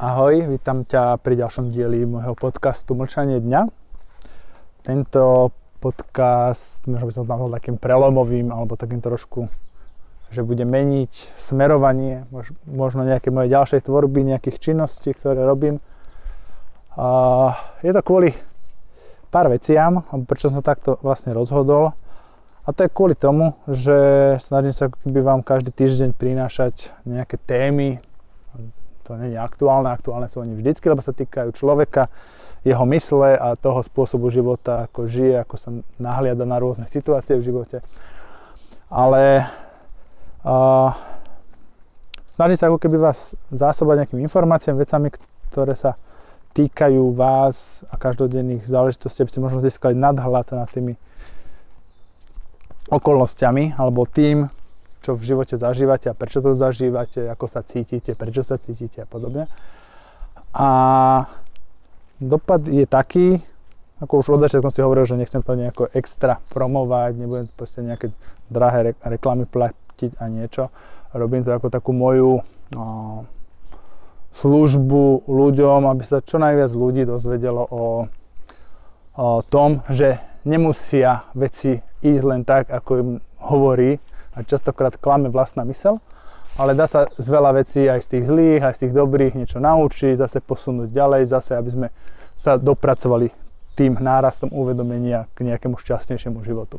Ahoj, vítam ťa pri ďalšom dieli môjho podcastu Mlčanie dňa. Tento podcast, možno by som to nazval takým prelomovým, alebo takým trošku, že bude meniť smerovanie, možno nejaké moje ďalšej tvorby, nejakých činností, ktoré robím. Je to kvôli pár veciam, prečo som takto vlastne rozhodol. A to je kvôli tomu, že snažím sa ako keby vám každý týždeň prinášať nejaké témy. To nie je aktuálne sú oni vždycky, lebo sa týkajú človeka, jeho mysle a toho spôsobu života, ako žije, ako sa nahliada na rôzne situácie v živote. Ale snažím sa ako keby vás zásobať nejakými informáciami, vecami, ktoré sa týkajú vás a každodenných záležitostí, aby ste možno získali nadhľad nad tými okolnostiami alebo tým, čo v živote zažívate a prečo to zažívate, ako sa cítite, prečo sa cítite a podobne. A dopad je taký, ako už od začiatku si hovoril, že nechcem to nejako extra promovať, nebudem proste nejaké drahé reklamy platiť a niečo. Robím to ako takú moju službu ľuďom, aby sa čo najviac ľudí dozvedelo o tom, že nemusia veci ísť len tak, ako im hovorí, a častokrát klame vlastná myseľ, ale dá sa z veľa vecí aj z tých zlých, aj z tých dobrých niečo naučiť, zase posunúť ďalej, zase aby sme sa dopracovali tým nárastom uvedomenia k nejakému šťastnejšiemu životu.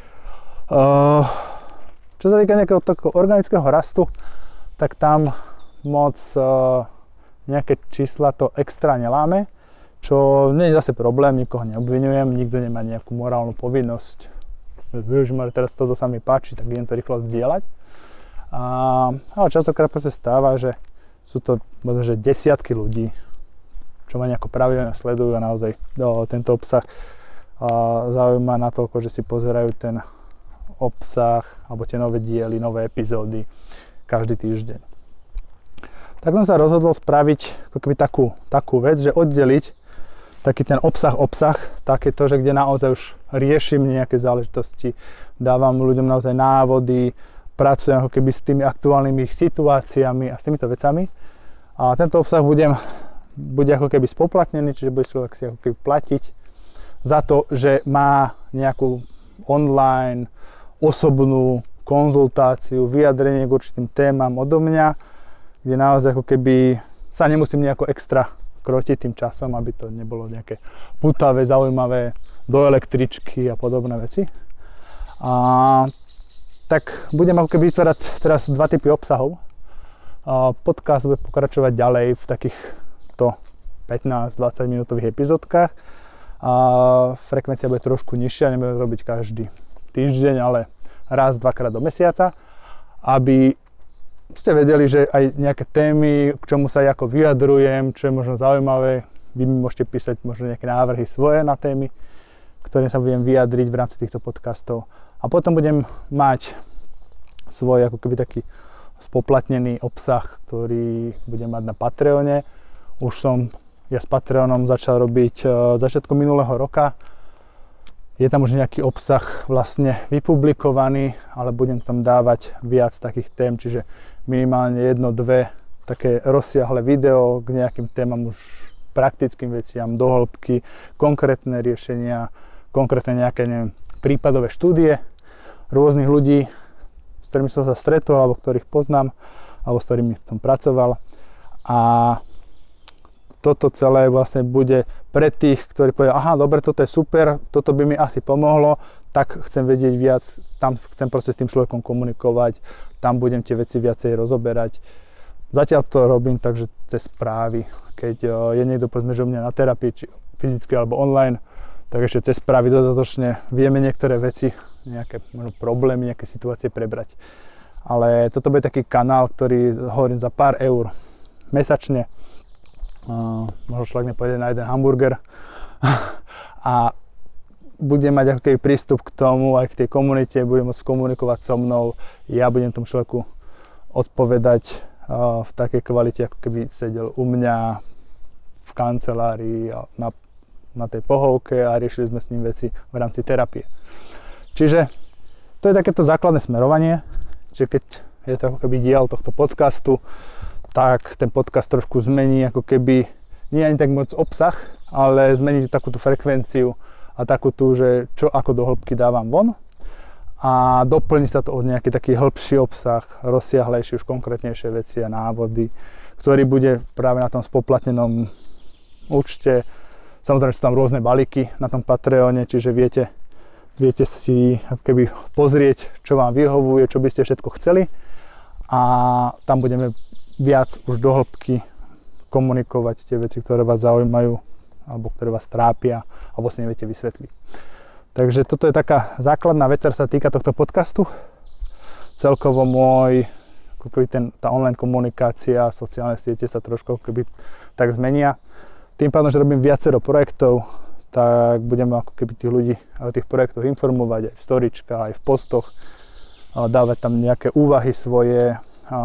Čo sa týka nejakého takého organického rastu, tak tam moc nejaké čísla to extra neláme, čo nie je zase problém, nikoho neobviňujem, nikto nemá nejakú morálnu povinnosť. Teraz toto sa mi páči, tak idem to rýchlo zdieľať. Ale častokrát sa stáva, že sú to možno, že desiatky ľudí, čo ma nejako pravidelne sledujú a naozaj tento obsah zaujíma natoľko, že si pozerajú ten obsah alebo tie nové diely, nové epizódy každý týždeň. Tak som sa rozhodol spraviť ako keby takú vec, že oddeliť taký ten obsah, takéto, že kde naozaj už riešim nejaké záležitosti, dávam ľuďom naozaj návody, pracujem ako keby s tými aktuálnymi situáciami a s týmito vecami. A tento obsah bude ako keby spoplatnený, čiže bude človek si ako keby platiť za to, že má nejakú online osobnú konzultáciu, vyjadrenie k určitým témam odo mňa, kde naozaj ako keby sa nemusím nejako extra krotiť tým časom, aby to nebolo nejaké putavé, zaujímavé do električky a podobné veci. Tak budem ako keby vytvárať teraz dva typy obsahov. Podcast bude pokračovať ďalej v takýchto 15-20 minútových epizódkach. Frekvencia bude trošku nižšia, nebudem robiť každý týždeň, ale raz, dvakrát do mesiaca, aby ste vedeli, že aj nejaké témy, k čomu sa ja ako vyjadrujem, čo je možno zaujímavé, vy mi môžete písať možno nejaké návrhy svoje na témy, ktoré sa budem vyjadriť v rámci týchto podcastov. A potom budem mať svoj ako keby taký spoplatnený obsah, ktorý budem mať na Patreone. Už som ja s Patreonom začal robiť začiatkom minulého roka. Je tam už nejaký obsah vlastne vypublikovaný, ale budem tam dávať viac takých tém, čiže minimálne 1-2 také rozsiahle video k nejakým témam, už praktickým veciam, do hĺbky, konkrétne riešenia, konkrétne nejaké prípadové štúdie rôznych ľudí, s ktorými som sa stretol, alebo ktorých poznám, alebo s ktorými som pracoval. A toto celé vlastne bude pre tých, ktorí povedia, aha, dobre, toto je super, toto by mi asi pomohlo, tak chcem vedieť viac, tam chcem proste s tým človekom komunikovať, tam budem tie veci viacej rozoberať. Zatiaľ to robím takže cez správy, keď je niekto povedzme, že u mňa na terapii, či fyzicky alebo online, tak ešte cez správy dodatočne vieme niektoré veci, nejaké možno problémy, nejaké situácie prebrať. Ale toto bude taký kanál, ktorý hovorím za pár eur mesačne. Možno človek nepôjde na jeden hamburger a bude mať ako keby prístup k tomu, aj k tej komunite, bude môcť komunikovať so mnou, ja budem tomu človeku odpovedať v takej kvalite, ako keby sedel u mňa v kancelárii na tej pohovke a riešili sme s ním veci v rámci terapie. Čiže to je takéto základné smerovanie, že keď je to ako keby diel tohto podcastu, tak ten podcast trošku zmení ako keby, nie ani tak moc obsah, ale zmení takú tú frekvenciu a takú tú, že čo ako do hĺbky dávam von a doplní sa to o nejaký taký hĺbší obsah, rozsiahlejší, už konkrétnejšie veci a návody, ktorý bude práve na tom spoplatnenom účte. Samozrejme sú tam rôzne balíky na tom Patreone, čiže viete si ako keby pozrieť, čo vám vyhovuje, čo by ste všetko chceli a tam budeme viac už do hĺbky komunikovať tie veci, ktoré vás zaujímajú alebo ktoré vás trápia alebo si neviete vysvetliť. Takže toto je taká základná vec, ktorá sa týka tohto podcastu. Celkovo tá online komunikácia, sociálne siete sa trošku keby tak zmenia. Tým pádom, že robím viacero projektov, tak budeme ako keby tých ľudí o tých projektoch informovať aj v storičkách, aj v postoch, dávať tam nejaké úvahy svoje.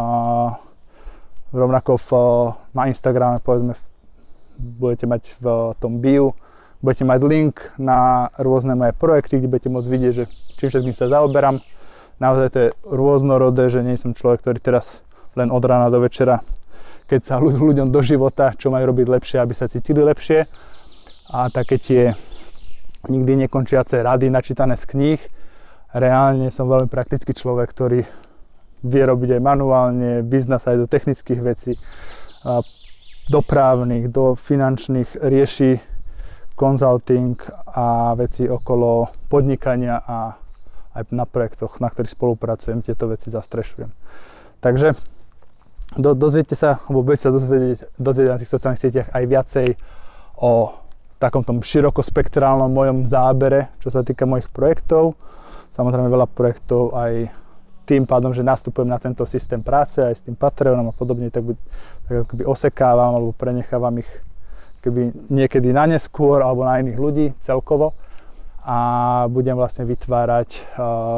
Rovnako na Instagrame, povedzme, budete mať v tom bio, budete mať link na rôzne moje projekty, kde budete môcť vidieť, že čím všetkým sa zaoberám. Naozaj to je rôznorodé, že nie som človek, ktorý teraz len od rána do večera, keď sa ľuďom do života, čo majú robiť lepšie, aby sa cítili lepšie. A také tie nikdy nekončiace rady načítané z kníh. Reálne som veľmi praktický človek, ktorý vie robiť aj manuálne, biznes aj do technických vecí, do právnych, do finančných, rieši konzulting a veci okolo podnikania a aj na projektoch, na ktorých spolupracujem, tieto veci zastrešujem. Takže dozviete sa, alebo budete sa dozvedieť na tých sociálnych sieťach aj viacej o takom tom širokospektrálnom mojom zábere, čo sa týka mojich projektov. Samozrejme veľa projektov aj tým pádom, že nastupujem na tento systém práce aj s tým Patreonom a podobne, tak akoby osekávam alebo prenechávam ich keby niekedy na neskôr alebo na iných ľudí celkovo a budem vlastne vytvárať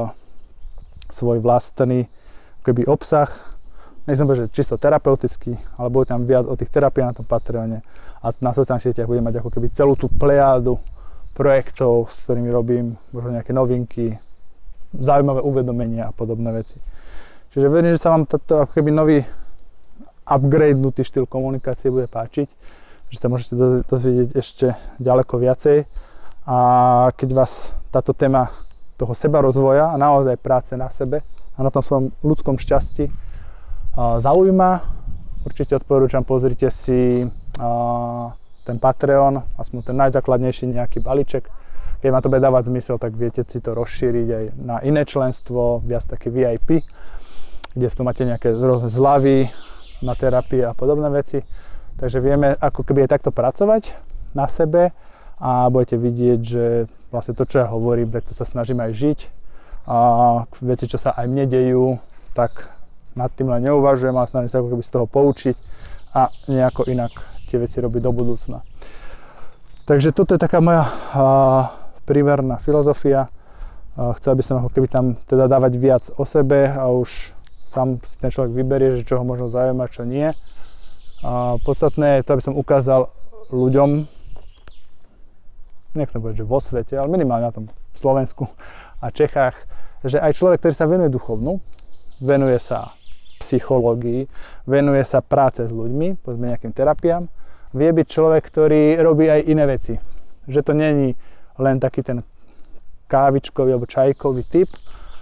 svoj vlastný keby obsah. Nechcem povedať, že čisto terapeutický, ale bude tam viac o tých terapiách na tom Patreone a na sociálnych sieťach budem mať ako keby celú tú plejádu projektov, s ktorými robím možno nejaké novinky, zaujímavé uvedomenia a podobné veci. Čiže verím, že sa vám toto ako keby nový upgradenutý štýl komunikácie bude páčiť, že sa môžete dozvedieť ešte ďaleko viacej a keď vás táto téma toho sebarozvoja a naozaj práce na sebe a na tom svojom ľudskom šťastí zaujíma, určite odporúčam, pozrite si ten Patreon, aspoň ten najzákladnejší nejaký balíček. Keď ma to bude dávať zmysel, tak viete si to rozšíriť aj na iné členstvo, viac také VIP, kde v tom máte nejaké zľavy na terapie a podobné veci. Takže vieme ako keby aj takto pracovať na sebe a budete vidieť, že vlastne to, čo ja hovorím, tak to sa snažím aj žiť. A veci, čo sa aj mne dejú, tak nad tým len neuvažujem, ale snažím sa ako keby z toho poučiť a nejako inak tie veci robiť do budúcna. Takže toto je taká moja primárna filozofia. Chcel by som ako keby tam teda dávať viac o sebe a už sám si ten človek vyberie, že čo ho možno zaujíma, čo nie. Podstatné je to, aby som ukázal ľuďom, nechcem povedať, že vo svete, ale minimálne na tom Slovensku a Čechách, že aj človek, ktorý sa venuje duchovnu, venuje sa psychológii, venuje sa práce s ľuďmi, povedzme nejakým terapiám, vie byť človek, ktorý robí aj iné veci. Že to není len taký ten kávičkový alebo čajkový typ,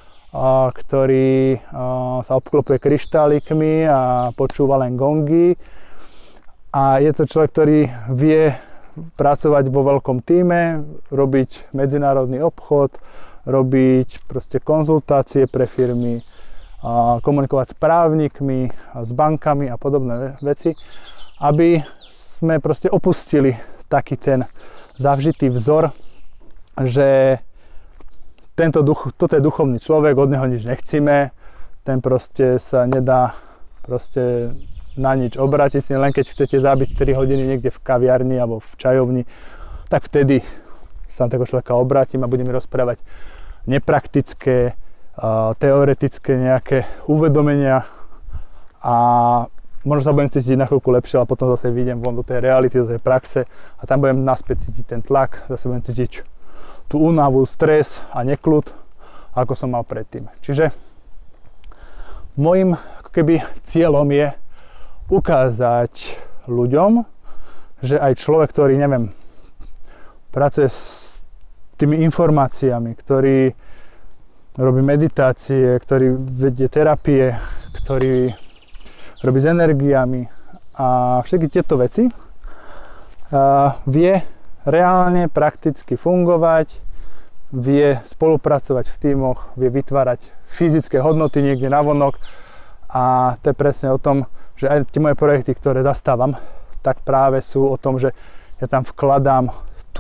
ktorý sa obklopuje kryštálikmi a počúva len gongy. A je to človek, ktorý vie pracovať vo veľkom tíme, robiť medzinárodný obchod, robiť proste konzultácie pre firmy, komunikovať s právnikmi, s bankami a podobné veci, aby sme proste opustili taký ten zavžitý vzor, že toto je duchovný človek, od neho nič nechcíme, ten proste sa nedá proste na nič obrátiť, si len keď chcete zabiť 3 hodiny niekde v kaviarni alebo v čajovni, tak vtedy sa na takého človeka obrátim a budeme rozprávať nepraktické, teoretické nejaké uvedomenia a možno sa budem cítiť na chvíľku lepšie, ale potom zase vyjdem von do tej reality, do tej praxe a tam budem naspäť cítiť ten tlak, zase budem cítiť tú únavu, stres a nekľud, ako som mal predtým. Čiže môjim ako keby cieľom je ukázať ľuďom, že aj človek, ktorý, neviem, pracuje s tými informáciami, ktorý robí meditácie, ktorý vedie terapie, ktorý robí s energiami a všetky tieto veci, vie reálne, prakticky fungovať, vie spolupracovať v tímoch, vie vytvárať fyzické hodnoty niekde navonok a to je presne o tom, že aj tie moje projekty, ktoré zastávam, tak práve sú o tom, že ja tam vkladám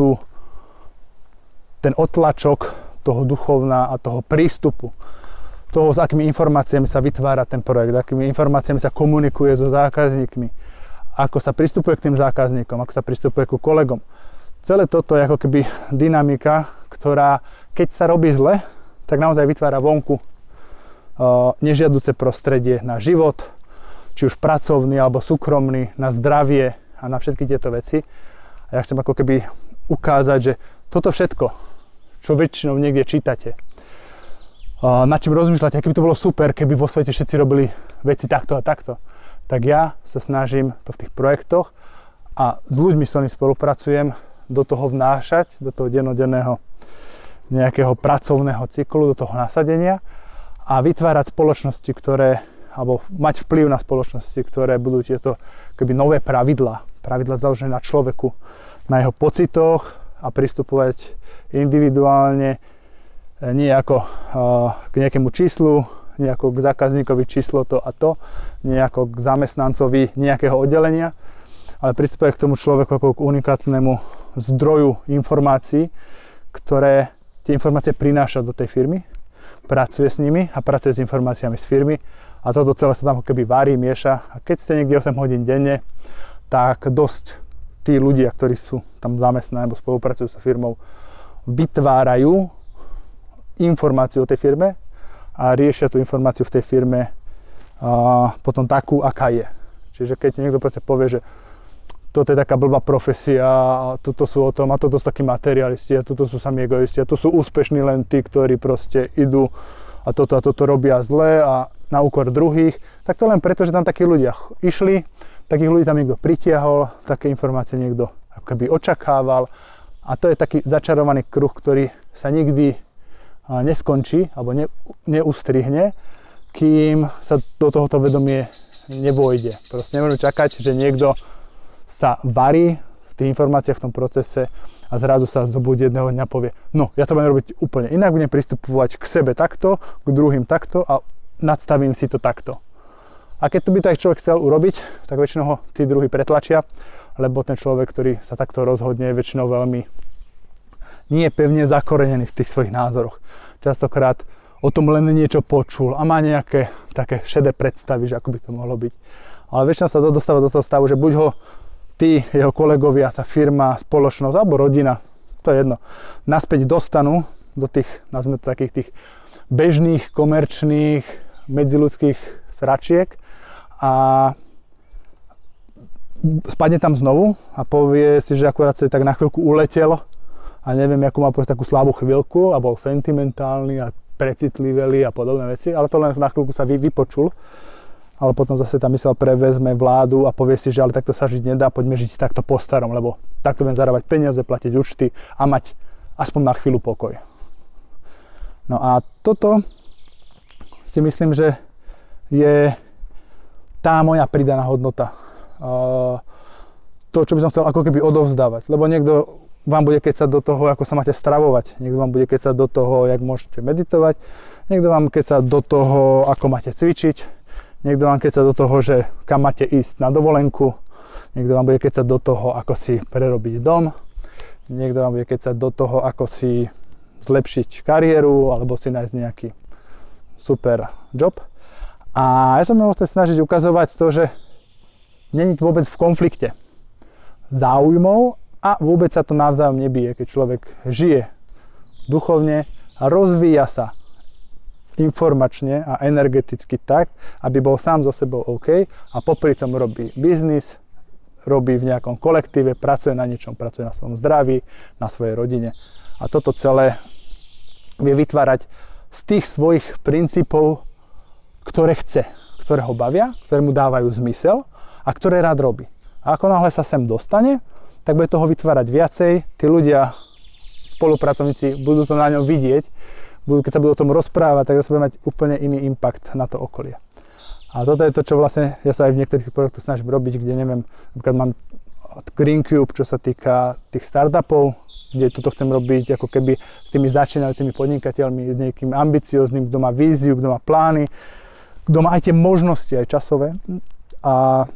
ten otlačok toho duchovna a toho prístupu, toho, s akými informáciami sa vytvára ten projekt, akými informáciami sa komunikuje so zákazníkmi, ako sa pristupuje k tým zákazníkom, ako sa pristupuje ku kolegom. Celé toto je ako keby dynamika, ktorá keď sa robí zle, tak naozaj vytvára vonku nežiaduce prostredie na život, či už pracovný alebo súkromný, na zdravie a na všetky tieto veci. A ja chcem ako keby ukázať, že toto všetko, čo väčšinou niekde čítate, nad čím rozmýšľate, aký by to bolo super, keby vo svete všetci robili veci takto a takto, tak ja sa snažím to v tých projektoch a s ľuďmi, s ktorými spolupracujem, do toho vnášať, do toho dennodenného nejakého pracovného cyklu, do toho nasadenia a vytvárať spoločnosti, alebo mať vplyv na spoločnosti, ktoré budú tieto keby nové pravidlá založené na človeku, na jeho pocitoch a pristupovať individuálne, nie ako k nejakému číslu, nie ako k zákazníkovi číslo to a to, nie ako k zamestnancovi nejakého oddelenia, ale pristupovať k tomu človeku ako k unikátnemu zdroju informácií, ktoré tie informácie prináša do tej firmy, pracuje s nimi a pracuje s informáciami z firmy a toto celé sa tam keby varí, mieša a keď ste niekde 8 hodín denne, tak dosť tí ľudia, ktorí sú tam zamestnaní alebo spolupracujú s firmou, vytvárajú informáciu o tej firme a riešia tú informáciu v tej firme potom takú, aká je. Čiže keď niekto proste povie, že toto je taká blbá profesia a toto sú o tom a toto sú takí materialisti a toto sú sami egoisti a tu sú úspešní len tí, ktorí proste idú a toto robia zle a na úkor druhých, tak to len preto, že tam takí ľudia išli, takých ľudí tam niekto pritiahol, také informácie niekto akoby očakával a to je taký začarovaný kruh, ktorý sa nikdy neskončí alebo neustrihne, kým sa do tohoto vedomie nevojde. Proste nemôžeme čakať, že niekto sa varí v tých informáciách v tom procese a zrazu sa zobudí jedného dňa povie, no ja to budem robiť úplne inak, budem pristupovať k sebe takto, k druhým takto a nadstavím si to takto. A keď to by tak človek chcel urobiť, tak väčšinou ho tí druhí pretlačia, lebo ten človek, ktorý sa takto rozhodne, je väčšinou veľmi nie je pevne zakorenený v tých svojich názoroch. Častokrát o tom len niečo počul a má nejaké také šedé predstavy, že ako by to mohlo byť. Ale väčšinou sa to dostáva do toho stavu, že buď ho tí, jeho kolegovia, tá firma, spoločnosť alebo rodina, to je jedno, naspäť dostanú do tých, nazvime to takých tých bežných, komerčných, medziľudských sračiek a spadne tam znovu a povie si, že akurát sa tak na chvíľku uletel a neviem, akú mal takú slabú chvíľku a bol sentimentálny a precitlivelý a podobné veci, ale to len na chvíľku sa vypočul. Ale potom zase tá myseľ prevezme vládu a povie si, že ale takto sa žiť nedá, poďme žiť takto po starom, lebo takto viem zarábať peniaze, platiť účty a mať aspoň na chvíľu pokoj. No a toto si myslím, že je tá moja pridaná hodnota. To, čo by som chcel ako keby odovzdávať, lebo niekto vám bude kecať do toho, ako sa máte stravovať, niekto vám bude kecať do toho, jak môžete meditovať, niekto vám kecať do toho, ako máte cvičiť, niekto vám kecať do toho, že kam máte ísť na dovolenku, niekto vám bude kecať do toho, ako si prerobiť dom, niekto vám bude kecať do toho, ako si zlepšiť kariéru alebo si nájsť nejaký super job. A ja sa mi vlastne snažiť ukazovať to, že není vôbec v konflikte záujmov a vôbec sa to navzájom nebije, keď človek žije duchovne a rozvíja sa informačne a energeticky tak, aby bol sám so sebou OK a popri tom robí biznis, robí v nejakom kolektíve, pracuje na niečom, pracuje na svojom zdraví, na svojej rodine. A toto celé vie vytvárať z tých svojich princípov, ktoré chce, ktoré ho bavia, ktoré mu dávajú zmysel a ktoré rád robí. A ako náhle sa sem dostane, tak bude toho vytvárať viacej, tí ľudia, spolupracovníci budú to na ňom vidieť, keď sa budú o tom rozprávať, tak zase bude mať úplne iný impact na to okolie. A toto je to, čo vlastne ja sa aj v niektorých projektoch snažím robiť, kde neviem, napríklad mám GreenCube, čo sa týka tých startupov, kde toto chcem robiť ako keby s tými začínajúcimi podnikateľmi, s niekým ambicióznym, kto má víziu, kto má plány, kto má aj tie možnosti, aj časové. A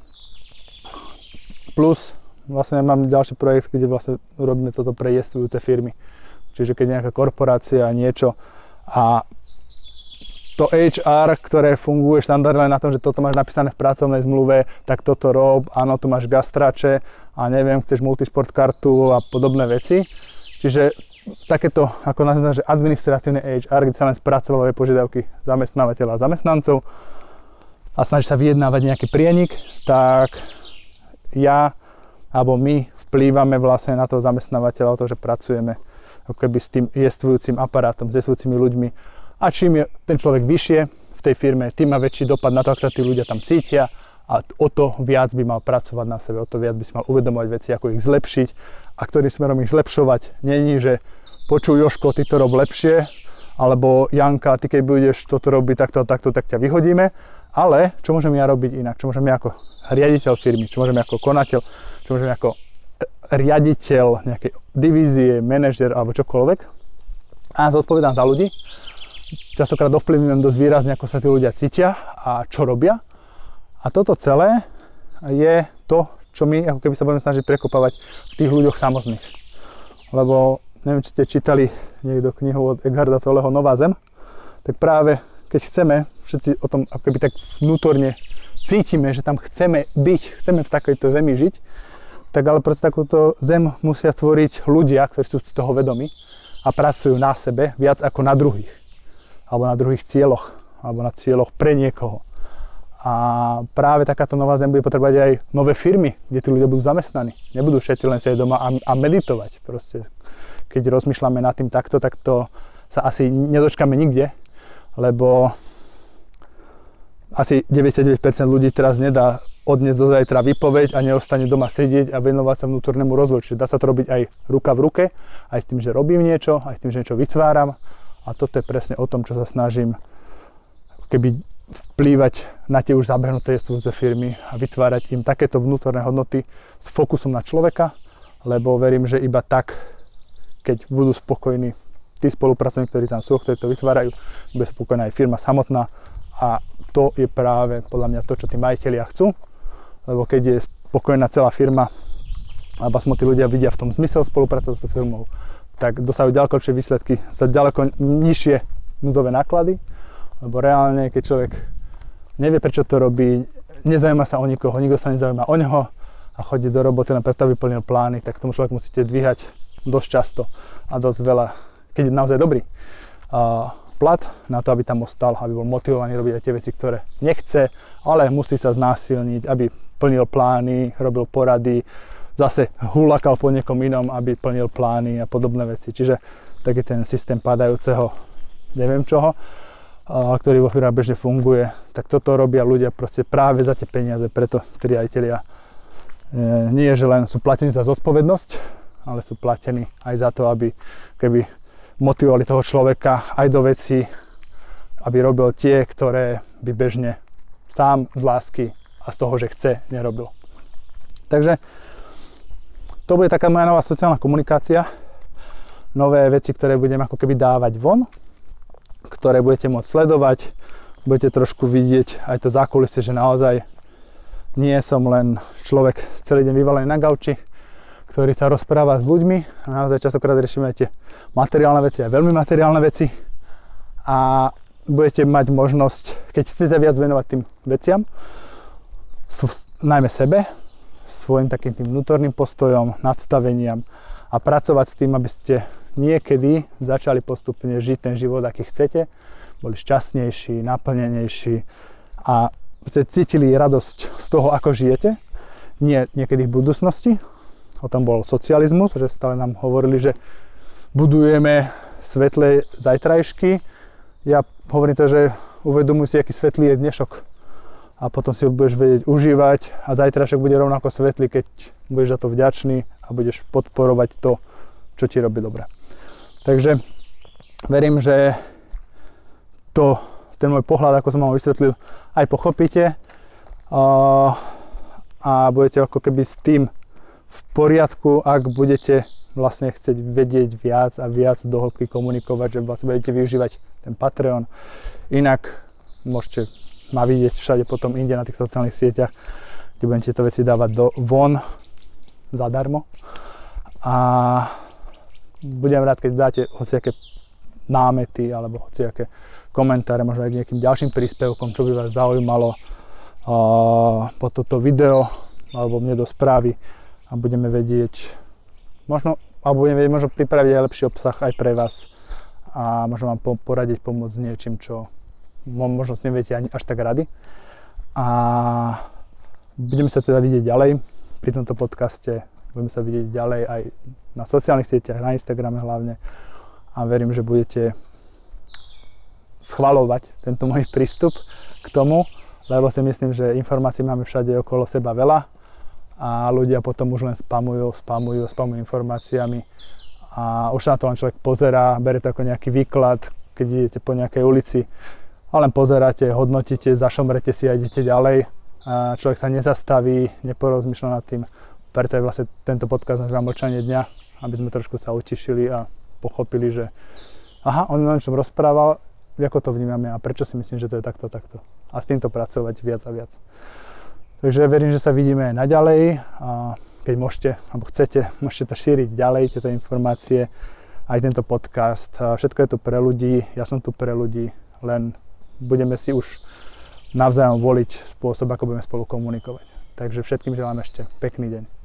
plus vlastne mám ďalší projekt, kde vlastne robíme toto pre jestvujúce firmy. Čiže keď nejaká korporácia a niečo a to HR, ktoré funguje štandardne na tom, že toto máš napísané v pracovnej zmluve, tak toto rob, áno, tu máš gastrače a neviem, chceš multisport kartu a podobné veci. Čiže takéto, ako nazvime, že administratívne HR, kde sa len spracovávajú požiadavky zamestnávateľa a zamestnancov a snaží sa vyjednávať nejaký prienik, tak ja alebo my vplývame vlastne na toho zamestnávateľa o to, že pracujeme ako keby s tým jestvujúcim aparátom, s jestvujúcimi ľuďmi. A čím je ten človek vyššie v tej firme, tým má väčší dopad na to, ako sa tí ľudia tam cítia a o to viac by mal pracovať na sebe, o to viac by si mal uvedomovať veci, ako ich zlepšiť a ktorým smerom ich zlepšovať. Není, že počuj Jožko, ty to rob lepšie, alebo Janka, ty keď budeš toto robiť takto, tak ťa vyhodíme, ale čo môžem ja robiť inak, čo môžem ja ako riaditeľ firmy, čo môžem ja ako konateľ, čo môžem ja ako riaditeľ nejakej divízie, manažer alebo čokoľvek a zodpovedám za ľudí. Častokrát ovplyvňujem dosť výrazne, ako sa tí ľudia cítia a čo robia. A toto celé je to, čo my ako keby sa budeme snažiť prekopávať v tých ľuďoch samotných. Lebo neviem, či ste čítali niekto knihu od Eckharta Tolleho Nová zem, tak práve keď chceme všetci o tom ako keby tak vnútorne cítime, že tam chceme byť, chceme v takejto zemi žiť, tak ale proste takúto zem musia tvoriť ľudia, ktorí sú z toho vedomí a pracujú na sebe viac ako na druhých. Alebo na druhých cieľoch, alebo na cieľoch pre niekoho. A práve takáto nová zem bude potrebovať aj nové firmy, kde tí ľudia budú zamestnaní. Nebudú všetci len sedieť doma a meditovať. Proste, keď rozmýšľame nad tým takto, tak to sa asi nedočkáme nikde, lebo asi 99% ľudí teraz nedá od dnes do zajtra vypoveď a neostane doma sedieť a venovať sa vnútornému rozvoju. Čiže dá sa to robiť aj ruka v ruke, aj s tým, že robím niečo, aj s tým, že niečo vytváram. A toto je presne o tom, čo sa snažím keby vplývať na tie už zabehnuté jestvujúce firmy a vytvárať im takéto vnútorné hodnoty s fokusom na človeka, lebo verím, že iba tak, keď budú spokojní tí spolupracovníci, ktorí tam sú, ktorí to vytvárajú, bude spokojná aj firma samotná a to je práve podľa mňa to, čo tí majitelia chcú, lebo keď je spokojná celá firma alebo aspoň tí ľudia vidia v tom zmysel spolupracovať s tou firmou, tak dosahujú ďaleko lepšie výsledky za ďaleko nižšie mzdové náklady, lebo reálne, keď človek nevie, prečo to robí, nezaujíma sa o nikoho, nikto sa nezaujíma o neho a chodí do roboty len preto, aby plnil plány, tak tomu človek musíte dvíhať dosť často a dosť veľa, keď je naozaj dobrý plat na to, aby tam ostal, aby bol motivovaný robiť aj tie veci, ktoré nechce, ale musí sa znásilniť, aby plnil plány, robil porady, zase hulakal po niekom inom, aby plnil plány a podobné veci. Čiže taký ten systém padajúceho neviem čoho, ktorý vo firmách bežne funguje, tak toto robia ľudia proste práve za tie peniaze, preto tí riaditelia nie je, že len sú platení za zodpovednosť, ale sú platení aj za to, aby keby motivovali toho človeka aj do veci, aby robil tie, ktoré by bežne sám z lásky a z toho, že chce, nerobil. Takže to bude taká moja nová sociálna komunikácia, nové veci, ktoré budem ako keby dávať von, ktoré budete môcť sledovať, budete trošku vidieť aj to zákulisie, že naozaj nie som len človek celý deň vyvalený na gauči, ktorý sa rozpráva s ľuďmi a naozaj častokrát riešime aj tie materiálne veci, aj veľmi materiálne veci a budete mať možnosť, keď chcete viac venovať tým veciam, najmä sebe, svojim takým tým vnútorným postojom, nadstaveniam a pracovať s tým, aby ste niekedy začali postupne žiť ten život, aký chcete, boli šťastnejší, naplnenejší a ste cítili radosť z toho, ako žijete, nie niekedy v budúcnosti. O tom bol socializmus, že stále nám hovorili, že budujeme svetlé zajtrajšky. Ja hovorím to, že uvedomuj si, aký svetlý je dnešok. a potom si ho budeš vedieť užívať a zajtrašok bude rovnako svetlý, keď budeš za to vďačný a budeš podporovať to, čo ti robí dobre. Takže verím, že ten môj pohľad, ako som vám vysvetlil, aj pochopíte a budete ako keby s tým v poriadku, ak budete vlastne chcieť vedieť viac a viac do hĺbky komunikovať, že vlastne budete využívať ten Patreon. Inak môžete ma vidieť všade potom inde na tých sociálnych sieťach, kde budem tieto veci dávať von zadarmo. A budem rád, keď dáte hociaké námety alebo hociaké komentáre, možno aj k nejakým ďalším príspevkom, čo by vás zaujímalo po toto video alebo mne do správy a budeme vedieť možno pripraviť aj lepší obsah aj pre vás a možno vám poradiť, pomôcť s niečím, čo možno s neviete ani až tak rady. A budeme sa teda vidieť ďalej pri tomto podcaste, budeme sa vidieť ďalej aj na sociálnych sieťach, na Instagrame hlavne a verím, že budete schvaľovať tento môj prístup k tomu, lebo si myslím, že informácií máme všade okolo seba veľa a ľudia potom už len spamujú informáciami a už na to len človek pozerá, berie to ako nejaký výklad, keď idete po nejakej ulici a len pozeráte, hodnotíte, zašomrete si a idete ďalej a človek sa nezastaví, neporozmýšľa nad tým. Preto je vlastne tento podcast nazývam Mlčanie dňa, aby sme trošku sa utišili a pochopili, že aha, on o niečom rozprával, ako to vnímame a prečo si myslím, že to je takto. A s týmto pracovať viac a viac. Takže verím, že sa vidíme naďalej a keď môžete, alebo chcete, môžete to šíriť ďalej, tieto informácie, aj tento podcast. Všetko je tu pre ľudí, ja som tu pre ľudí, len budeme si už navzájom voliť spôsob, ako budeme spolu komunikovať. Takže všetkým želám ešte pekný deň.